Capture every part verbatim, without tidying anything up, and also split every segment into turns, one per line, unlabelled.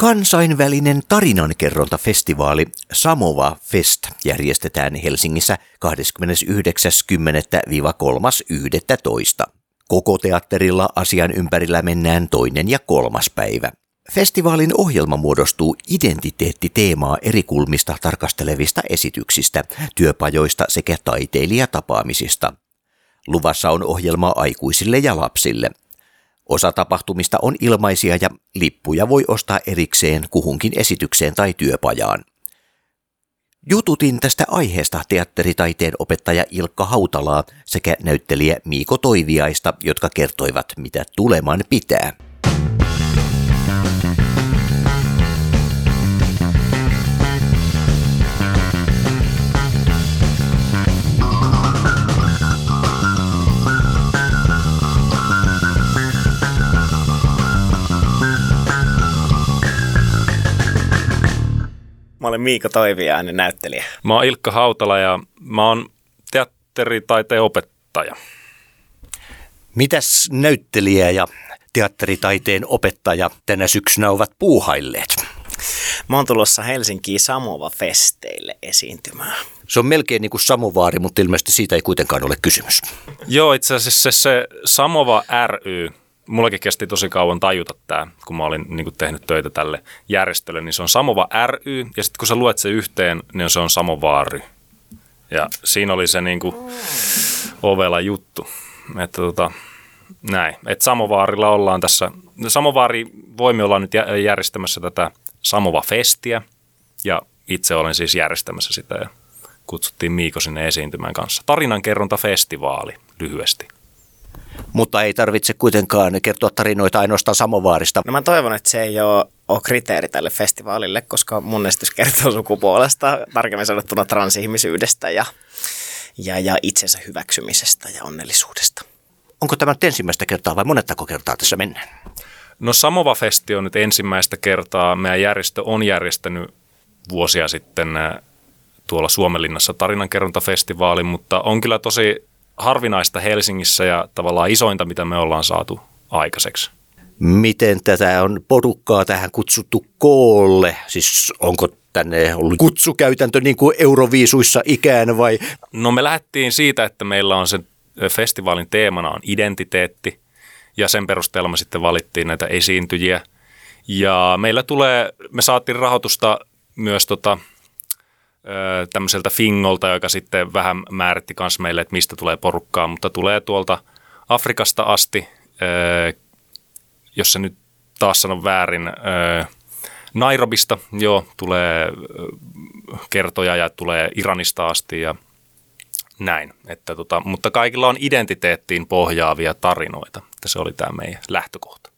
Kansainvälinen tarinankerrontafestivaali Samova Fest järjestetään Helsingissä kahdeskymmenesyhdeksäs kymmenettä - kolmas yhdestoista Koko teatterilla asian ympärillä mennään toinen ja kolmas päivä. Festivaalin ohjelma muodostuu identiteettiteemaa eri kulmista tarkastelevista esityksistä, työpajoista sekä taiteilijatapaamisista. Luvassa on ohjelmaa aikuisille ja lapsille. Osa tapahtumista on ilmaisia ja lippuja voi ostaa erikseen kuhunkin esitykseen tai työpajaan. Jututin tästä aiheesta teatteritaiteen opettaja Ilkka Hautalaa sekä näyttelijä Miiko Toiviaista, jotka kertoivat, mitä tuleman pitää.
Mä olen Miiko Toiviainen, näyttelijä.
Mä oon Ilkka Hautala ja mä oon teatteritaiteen opettaja.
Mitäs näyttelijä ja teatteritaiteen opettaja tänä syksynä ovat puuhailleet?
Mä oon tulossa Helsinkiin Samova-festeille esiintymään.
Se on melkein niin kuin samovaari, mutta ilmeisesti siitä ei kuitenkaan ole kysymys.
Joo, itse asiassa se, se Samova ry, mullakin kesti tosi kauan tajuta tämä, kun mä olin niin kuin tehnyt töitä tälle järjestölle, niin se on Samova ry, ja sitten kun sä luet se yhteen, niin se on Samovaary. Ja siinä oli se niin kuin ovela juttu, että tota, näin. Että Samovaarilla ollaan tässä, Samovaari voimme olla nyt järjestämässä tätä Samova-festiä, ja itse olen siis järjestämässä sitä, ja kutsuttiin Miiko sinne esiintymään kanssa. Tarinankerrontafestivaali lyhyesti.
Mutta ei tarvitse kuitenkaan kertoa tarinoita ainoastaan Samovaarista.
No mä toivon, että se ei ole, ole kriteeri tälle festivaalille, koska mun esitys kertoo sukupuolesta, tarkemmin sanottuna transihmisyydestä ja, ja, ja itsensä hyväksymisestä ja onnellisuudesta.
Onko tämä nyt ensimmäistä kertaa vai monettako kertaa tässä mennään?
No Samova-festi on nyt ensimmäistä kertaa. Meidän järjestö on järjestänyt vuosia sitten tuolla Suomenlinnassa tarinankerrontafestivaalin, mutta on kyllä tosi harvinaista Helsingissä ja tavallaan isointa, mitä me ollaan saatu aikaiseksi.
Miten tätä on porukkaa tähän kutsuttu koolle? Siis onko tänne ollut kutsukäytäntö niin kuin Euroviisuissa ikään vai?
No me lähdettiin siitä, että meillä on sen festivaalin teemana on identiteetti ja sen perusteella me sitten valittiin näitä esiintyjiä. Ja meillä tulee, me saatiin rahoitusta myös tota, tämmöiseltä Fingolta, joka sitten vähän määritti myös meille, että mistä tulee porukkaa, mutta tulee tuolta Afrikasta asti, jos se nyt taas sanon väärin, Nairobista, joo, tulee kertoja ja tulee Iranista asti ja näin. Että tota, mutta kaikilla on identiteettiin pohjaavia tarinoita, että se oli tämä meidän lähtökohta.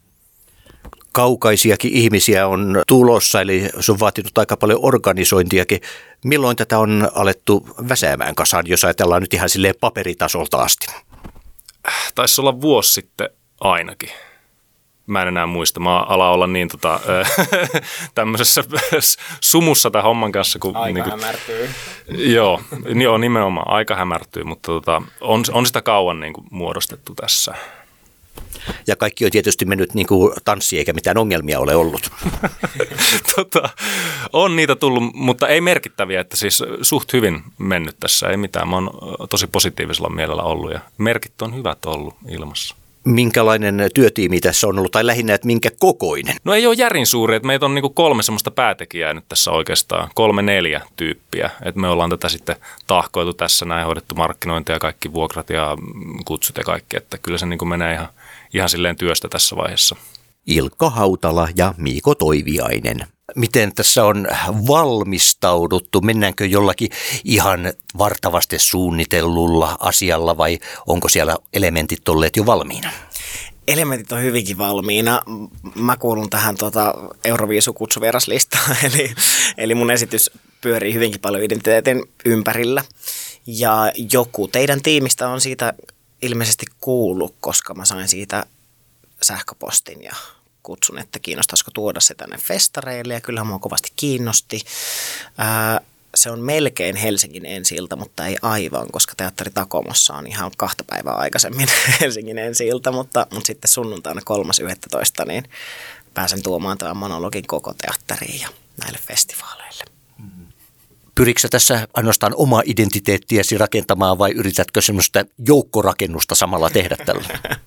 Kaukaisiakin ihmisiä on tulossa, eli se on vaatinut aika paljon organisointiakin. Milloin tätä on alettu väsäämään kasaan, jos ajatellaan nyt ihan silleen paperitasolta asti?
Taisi olla vuosi sitten ainakin. Mä en enää muista. Mä alan olla niin tota, tämmöisessä sumussa tämän homman kanssa. Kun,
aika
niin kuin,
hämärtyy.
Joo, joo, nimenomaan. Aika hämärtyy, mutta tota, on, on sitä kauan niin kuin muodostettu tässä.
Ja kaikki on tietysti mennyt niin kuin tanssi, eikä mitään ongelmia ole ollut.
tota, on niitä tullut, mutta ei merkittäviä, että siis suht hyvin mennyt tässä. Ei mitään, mä oon tosi positiivisella mielellä ollut ja merkit on hyvät ollut ilmassa.
Minkälainen työtiimi tässä on ollut, tai lähinnä, että minkä kokoinen?
No ei ole järin suuri, että meitä on niin kuin kolme semmoista päätekijää nyt tässä oikeastaan, kolme neljä tyyppiä. Että me ollaan tätä sitten tahkoitu tässä, näin hoidettu markkinointia ja kaikki vuokrat ja kutsut ja kaikki, että kyllä se niin kuin menee ihan, ihan silleen työstä tässä vaiheessa.
Ilkka Hautala ja Miiko Toiviainen. Miten tässä on valmistauduttu? Mennäänkö jollakin ihan vartavasti suunnitellulla asialla vai onko siellä elementit olleet jo valmiina?
Elementit on hyvinkin valmiina. Mä kuulun tähän tuota Euroviisu-kutsuvieraslistaan, eli, eli mun esitys pyörii hyvinkin paljon identiteetin ympärillä. Ja joku teidän tiimistä on siitä ilmeisesti kuullut, koska mä sain siitä sähköpostin ja kutsun, että kiinnostaisiko tuoda se tänne festareille, ja kyllähän mua kovasti kiinnosti. Ää, se on melkein Helsingin ensi-ilta, mutta ei aivan, koska Teatteri Takomossa on ihan kahta päivää aikaisemmin Helsingin ensi-ilta, mutta, mutta sitten sunnuntaina kolmas yhdestoista niin pääsen tuomaan tämän monologin koko teatteriin ja näille festivaaleille.
Pyritkö tässä ainoastaan omaa identiteettiäsi rakentamaan vai yritätkö semmoista joukkorakennusta samalla tehdä tällä?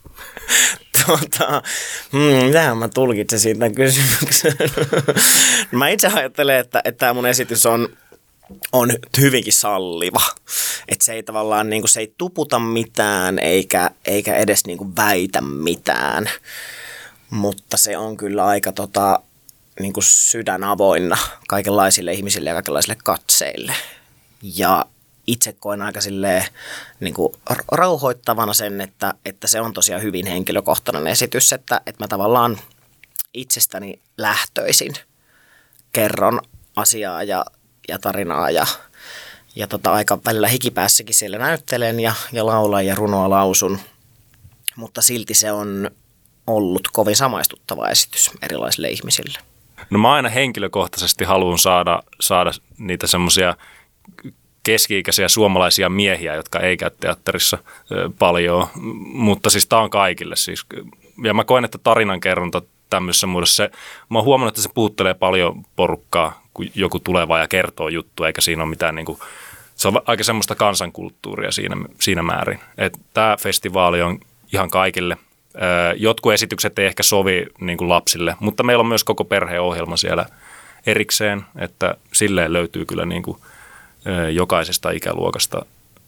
Tota, hmm, mitähän mä tulkitsen siitä kysymyksen? Mä itse ajattelen, että, että tämä mun esitys on, on hyvinkin salliva. Että se ei tavallaan niin kuin, se ei tuputa mitään eikä, eikä edes niin kuin väitä mitään. Mutta se on kyllä aika tota, niin kuin sydän avoinna kaikenlaisille ihmisille ja kaikenlaisille katseille. Ja itse koen aika silleen, niin kuin rauhoittavana sen, että, että se on tosiaan hyvin henkilökohtainen esitys, että, että mä tavallaan itsestäni lähtöisin kerron asiaa ja, ja tarinaa ja, ja tota, aika välillä hikipäässäkin siellä näyttelen ja, ja laulan ja runoa lausun, mutta silti se on ollut kovin samaistuttava esitys erilaisille ihmisille.
No mä aina henkilökohtaisesti haluan saada, saada niitä semmoisia keski-ikäisiä suomalaisia miehiä, jotka ei käy teatterissa paljon, mutta siis tämä on kaikille. Siis. Ja mä koen, että tarinankerronta tämmöisessä muodossa, se, mä oon huomannut, että se puhuttelee paljon porukkaa, kun joku tulee vaan ja kertoo juttu, eikä siinä ole mitään, niin kuin, se on aika semmoista kansankulttuuria siinä, siinä määrin. Että tämä festivaali on ihan kaikille. Jotkut esitykset ei ehkä sovi niin kuin lapsille, mutta meillä on myös koko perheohjelma siellä erikseen, että silleen löytyy kyllä niin kuin jokaisesta ikäluokasta.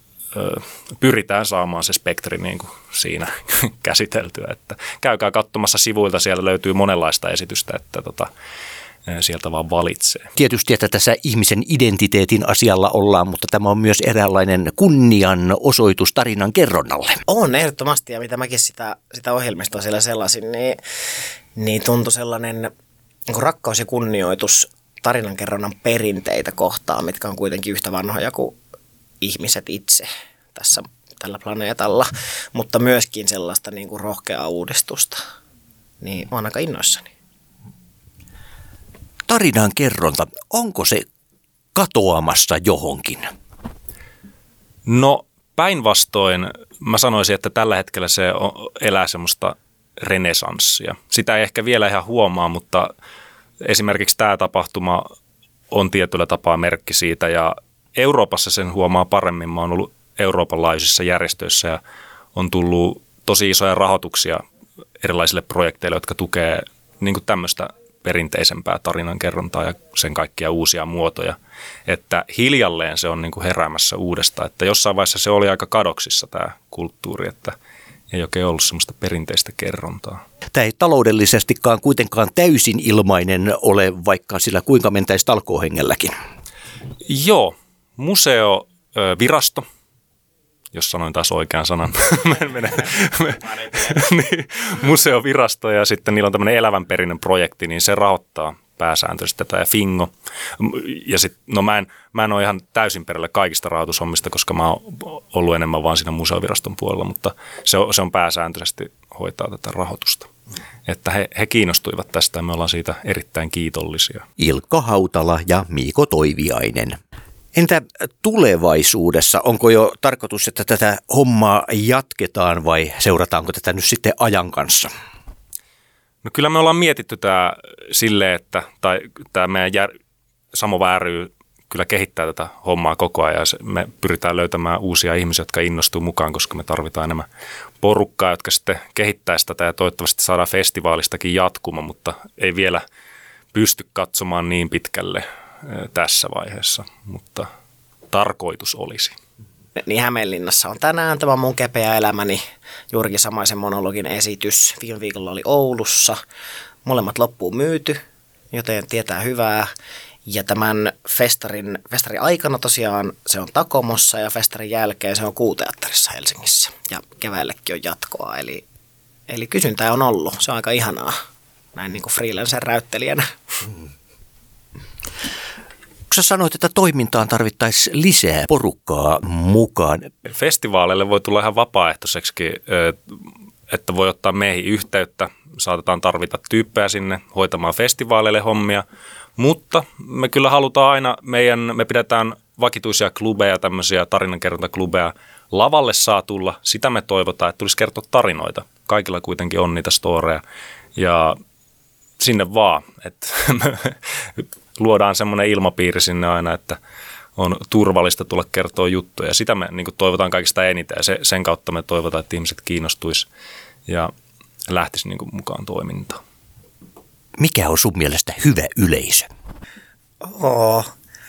Pyritään saamaan se spektri niin kuin siinä käsiteltyä, että käykää katsomassa sivuilta, siellä löytyy monenlaista esitystä, että tota, sieltä vaan valitsee.
Tietysti, että tässä ihmisen identiteetin asialla ollaan, mutta tämä on myös eräänlainen kunnian osoitus tarinan kerronnalle.
On ehdottomasti, ja mitä mäkin sitä, sitä ohjelmistoa siellä sellaisin, niin, niin tuntui sellainen niin rakkaus ja kunnioitus tarinankerronnan perinteitä kohtaan, mitkä on kuitenkin yhtä vanhoja kuin ihmiset itse tässä tällä planeetalla, mutta myöskin sellaista niin kuin rohkeaa uudistusta. Niin olen aika innoissani.
Tarinan kerronta, onko se katoamassa johonkin?
No päinvastoin mä sanoisin, että tällä hetkellä se elää semmoista renesanssia. Sitä ei ehkä vielä ihan huomaa, mutta esimerkiksi tämä tapahtuma on tietyllä tapaa merkki siitä ja Euroopassa sen huomaa paremmin. Mä oon ollut Euroopan laajuisissa järjestöissä ja on tullut tosi isoja rahoituksia erilaisille projekteille, jotka tukee niin kuin tämmöistä perinteisempää tarinankerrontaa ja sen kaikkia uusia muotoja. Että hiljalleen se on niin kuin heräämässä uudestaan. Että jossain vaiheessa se oli aika kadoksissa tämä kulttuuri, että ei oikein ollut semmoista perinteistä kerrontaa.
Tämä ei taloudellisestikaan kuitenkaan täysin ilmainen ole, vaikka sillä kuinka mentäisi talkoohengelläkin.
Joo, museovirasto, jos sanoin taas oikean sanan, niin, museovirasto ja sitten niillä on tämmöinen elävän perinnön projekti, niin se rahoittaa pääsääntöisesti tätä ja Fingo. Ja sit, no mä en, mä en ole ihan täysin perillä kaikista rahoitushommista, koska mä oon ollut enemmän vaan siinä museoviraston puolella, mutta se on, se on pääsääntöisesti hoitaa tätä rahoitusta. Että he, he kiinnostuivat tästä ja me ollaan siitä erittäin kiitollisia.
Ilkka Hautala ja Miiko Toiviainen. Entä tulevaisuudessa? Onko jo tarkoitus, että tätä hommaa jatketaan vai seurataanko tätä nyt sitten ajan kanssa?
No kyllä me ollaan mietitty tämä silleen, että tai tämä meidän jär, Samova ry kyllä kehittää tätä hommaa koko ajan ja me pyritään löytämään uusia ihmisiä, jotka innostuu mukaan, koska me tarvitaan enemmän porukkaa, jotka sitten kehittäisi tätä ja toivottavasti saadaan festivaalistakin jatkuma, mutta ei vielä pysty katsomaan niin pitkälle tässä vaiheessa, mutta tarkoitus olisi.
Niin Hämeenlinnassa on tänään tämä mun kepeä elämäni, Jyrki Samaisen monologin esitys. Viime viikolla oli Oulussa. Molemmat loppuun myyty, joten tietää hyvää. Ja tämän festarin, festarin aikana tosiaan se on Takomossa ja festarin jälkeen se on Kuuteatterissa Helsingissä. Ja keväällekin on jatkoa, eli, eli kysyntää on ollut. Se on aika ihanaa näin niin kuin freelancer-räyttelijänä. Mm.
Sä sanoit, että toimintaan tarvittaisiin lisää porukkaa mukaan.
Festivaaleille voi tulla ihan vapaaehtoiseksikin, että voi ottaa meihin yhteyttä. Saatetaan tarvita tyyppejä sinne hoitamaan festivaaleille hommia, mutta me kyllä halutaan aina, meidän, me pidetään vakituisia klubeja, tämmöisiä tarinankerrontaklubeja. Lavalle saa tulla, sitä me toivotaan, että tulisi kertoa tarinoita. Kaikilla kuitenkin on niitä storeja ja sinne vaan. Että luodaan semmoinen ilmapiiri sinne aina, että on turvallista tulla kertoa juttuja. Sitä me niin kuin toivotaan kaikista eniten ja se, sen kautta me toivotaan, että ihmiset kiinnostuisi ja lähtisi niin kuin mukaan toimintaan.
Mikä on sun mielestä hyvä yleisö?
Oh.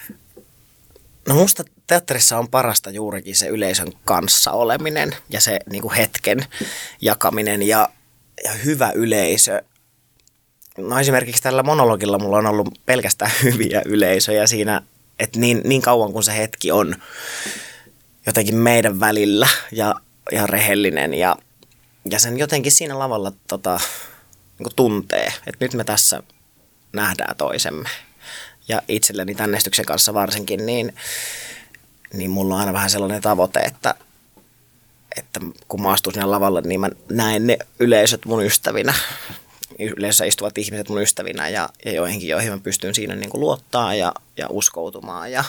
No musta teatterissa on parasta juurikin se yleisön kanssa oleminen ja se niin kuin hetken jakaminen ja, ja hyvä yleisö. No esimerkiksi tällä monologilla mulla on ollut pelkästään hyviä yleisöjä siinä, että niin, niin kauan kuin se hetki on jotenkin meidän välillä ja, ja rehellinen ja, ja sen jotenkin siinä lavalla tota, niin kuin tuntee, että nyt me tässä nähdään toisemme. Ja itselleni tämän esityksen kanssa varsinkin, niin, niin mulla on aina vähän sellainen tavoite, että, että kun mä astun sinne lavalle, niin mä näen ne yleisöt mun ystävinä. Yleisössä istuvat ihmiset mun ystävinä ja, ja joihinkin, joihin mä pystyn siinä niin kuin luottaa ja, ja uskoutumaan ja,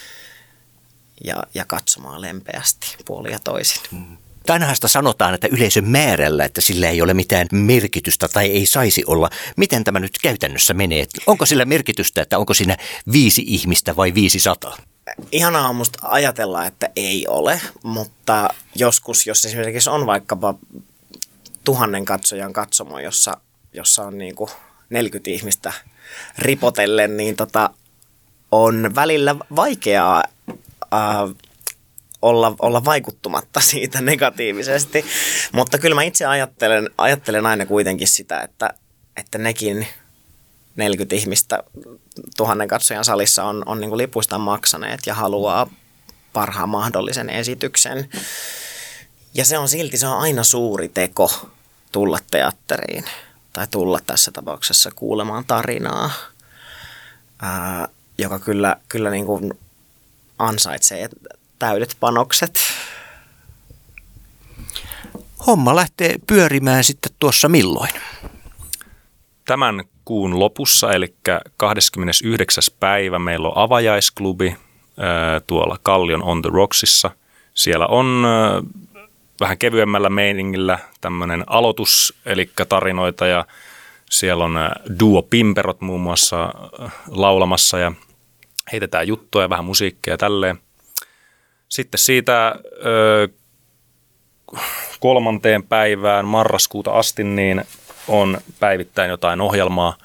ja, ja katsomaan lempeästi puolin ja toisin.
Mm. Ainahan sanotaan, että yleisön määrällä, että sillä ei ole mitään merkitystä tai ei saisi olla. Miten tämä nyt käytännössä menee? Onko sillä merkitystä, että onko siinä viisi ihmistä vai viisisataa?
Ihanaa on musta ajatella, että ei ole, mutta joskus, jos esimerkiksi on vaikkapa tuhannen katsojan katsomo, jossa, jossa on niin kuin neljäkymmentä ihmistä ripotellen, niin tota, on välillä vaikeaa äh, Olla, olla vaikuttumatta siitä negatiivisesti, mutta kyllä mä itse ajattelen, ajattelen aina kuitenkin sitä, että, että nekin neljäkymmentä ihmistä tuhannen katsojan salissa on, on niin kuin lipuistaan maksaneet ja haluaa parhaan mahdollisen esityksen. Ja se on silti, se on aina suuri teko tulla teatteriin tai tulla tässä tapauksessa kuulemaan tarinaa, ää, joka kyllä, kyllä niin kuin ansaitsee täydet panokset.
Homma lähtee pyörimään sitten tuossa milloin?
Tämän kuun lopussa, eli kahdeskymmenesyhdeksäs päivä, meillä on avajaisklubi tuolla Kallion On the Rocksissa. Siellä on vähän kevyemmällä meiningillä tämmöinen aloitus, eli tarinoita, ja siellä on duo Pimperot muun muassa laulamassa ja heitetään juttuja, vähän musiikkia ja tälleen. Sitten siitä ö, kolmanteen päivään marraskuuta asti niin on päivittäin jotain ohjelmaa.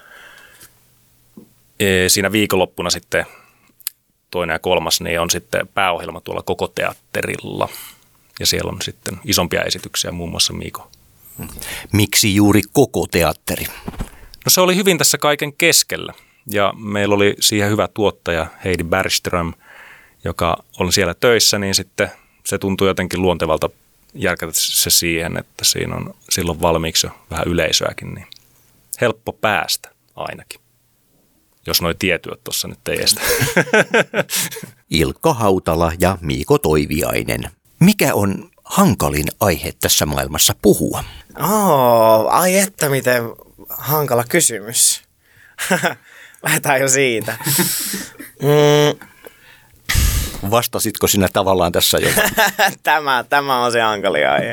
E, siinä viikonloppuna sitten toinen ja kolmas niin on sitten pääohjelma tuolla Koko Teatterilla. Ja siellä on sitten isompia esityksiä, muun muassa Miiko.
Miksi juuri Koko Teatteri?
No se oli hyvin tässä kaiken keskellä. Ja meillä oli siihen hyvä tuottaja Heidi Bergström, joka on siellä töissä, niin sitten se tuntuu jotenkin luontevalta järkätä se siihen, että siinä on silloin valmiiksi jo vähän yleisöäkin, niin helppo päästä ainakin, jos noi tietyöt tuossa nyt ei estä.
Ilkka Hautala ja Miiko Toiviainen. Mikä on hankalin aihe tässä maailmassa puhua?
Oh, ai että miten hankala kysymys. Lähdetään jo siitä. Mm.
Vastasitko sinä tavallaan tässä jo?
tämä, tämä on se hankali aihe.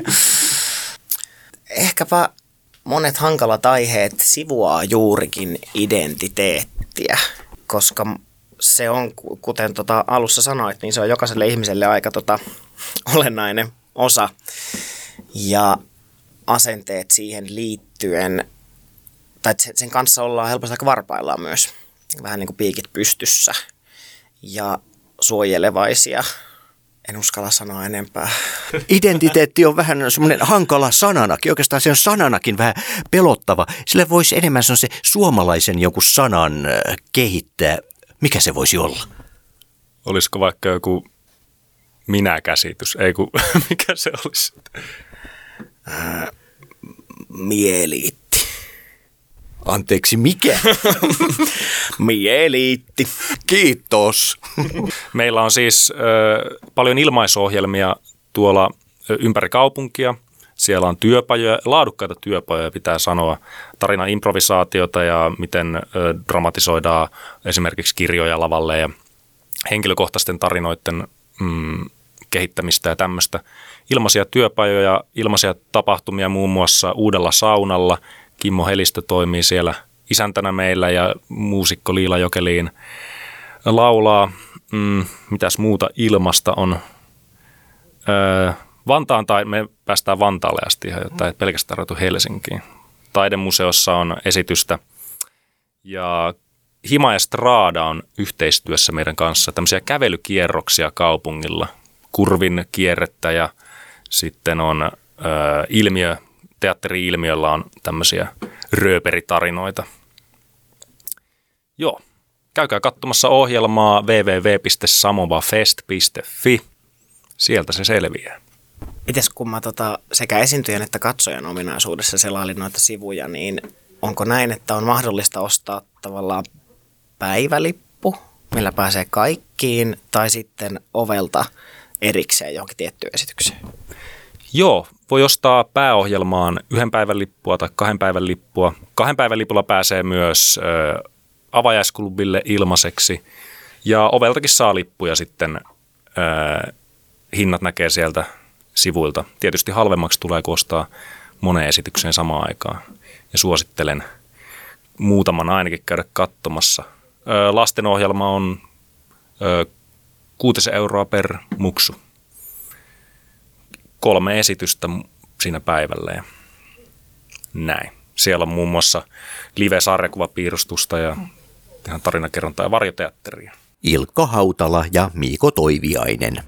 Ehkäpä monet hankalat aiheet sivuaa juurikin identiteettiä, koska se on, kuten tota alussa sanoit, niin se on jokaiselle ihmiselle aika tota olennainen osa. Ja asenteet siihen liittyen, tai sen kanssa ollaan helposti aika varpaillaan myös, vähän niin kuin piikit pystyssä ja suojelevaisia. En uskalla sanoa enempää.
Identiteetti on vähän semmoinen hankala sananakin. Oikeastaan se on sananakin vähän pelottava. Sille voisi enemmän se suomalaisen jonkun sanan kehittää. Mikä se voisi olla?
Olisiko vaikka joku minäkäsitys? Ei kun, mikä se olisi?
Ää, mieliitti.
Anteeksi, mikä?
Mieliitti.
Kiitos.
Meillä on siis ö, paljon ilmaisuohjelmia tuolla ö, ympäri kaupunkia. Siellä on työpajoja, laadukkaita työpajoja pitää sanoa, tarinan improvisaatiota ja miten ö, dramatisoidaan esimerkiksi kirjoja lavalle ja henkilökohtaisten tarinoiden mm, kehittämistä ja tämmöistä. Ilmaisia työpajoja, ilmaisia tapahtumia muun muassa Uudella saunalla. Kimmo Helistö toimii siellä isäntänä meillä ja muusikko Liila Jokeliin laulaa. Mm, mitäs muuta ilmasta on? Öö, Vantaan tai me päästään Vantaalle asti, jotta ei pelkästään rautu Helsinkiin. Taidemuseossa on esitystä ja Hima ja Strada on yhteistyössä meidän kanssa tämmöisiä kävelykierroksia kaupungilla. Kurvin kierrettä ja sitten on ö, ilmiö, teatteri-ilmiöllä on tämmöisiä rööperitarinoita. Joo, käykää katsomassa ohjelmaa double-u double-u double-u piste samovafest piste fi. Sieltä se selviää.
Mites kun mä tota, sekä esiintyjän että katsojan ominaisuudessa selailin noita sivuja, niin onko näin, että on mahdollista ostaa tavallaan päivälippu, millä pääsee kaikkiin, tai sitten ovelta erikseen johonkin tiettyyn esitykseen?
Joo, voi ostaa pääohjelmaan yhden päivän lippua tai kahden päivän lippua. Kahden päivän lipulla pääsee myös ö, avajaisklubille ilmaiseksi, ja oveltakin saa lippuja sitten, ö, hinnat näkee sieltä sivuilta. Tietysti halvemmaksi tulee, kun ostaa moneen esitykseen samaan aikaan. Ja suosittelen muutaman ainakin käydä katsomassa. Ö, lastenohjelma on ö, kuutisen euroa per muksu. Kolme esitystä siinä päivällä ja näin. Siellä on muun muassa live-sarjakuvapiirustusta ja ihan tarinakerrontaa ja varjoteatteria.
Ilkka Hautala ja Miiko Toiviainen.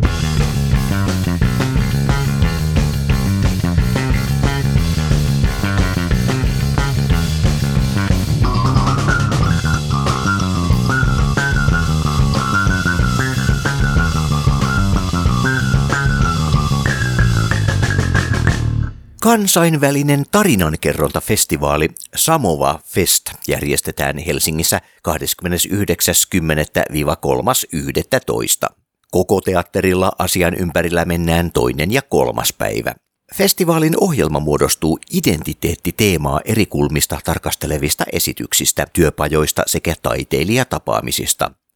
Kansainvälinen tarinankerrontafestivaali Samova Fest järjestetään Helsingissä kahdeskymmenesyhdeksäs kymmenettä - kolmas yhdettätoista. Koko teatterilla asian ympärillä mennään toinen ja kolmas päivä. Festivaalin ohjelma muodostuu identiteettiteemaa eri kulmista tarkastelevista esityksistä, työpajoista sekä taiteilijatapaamisista.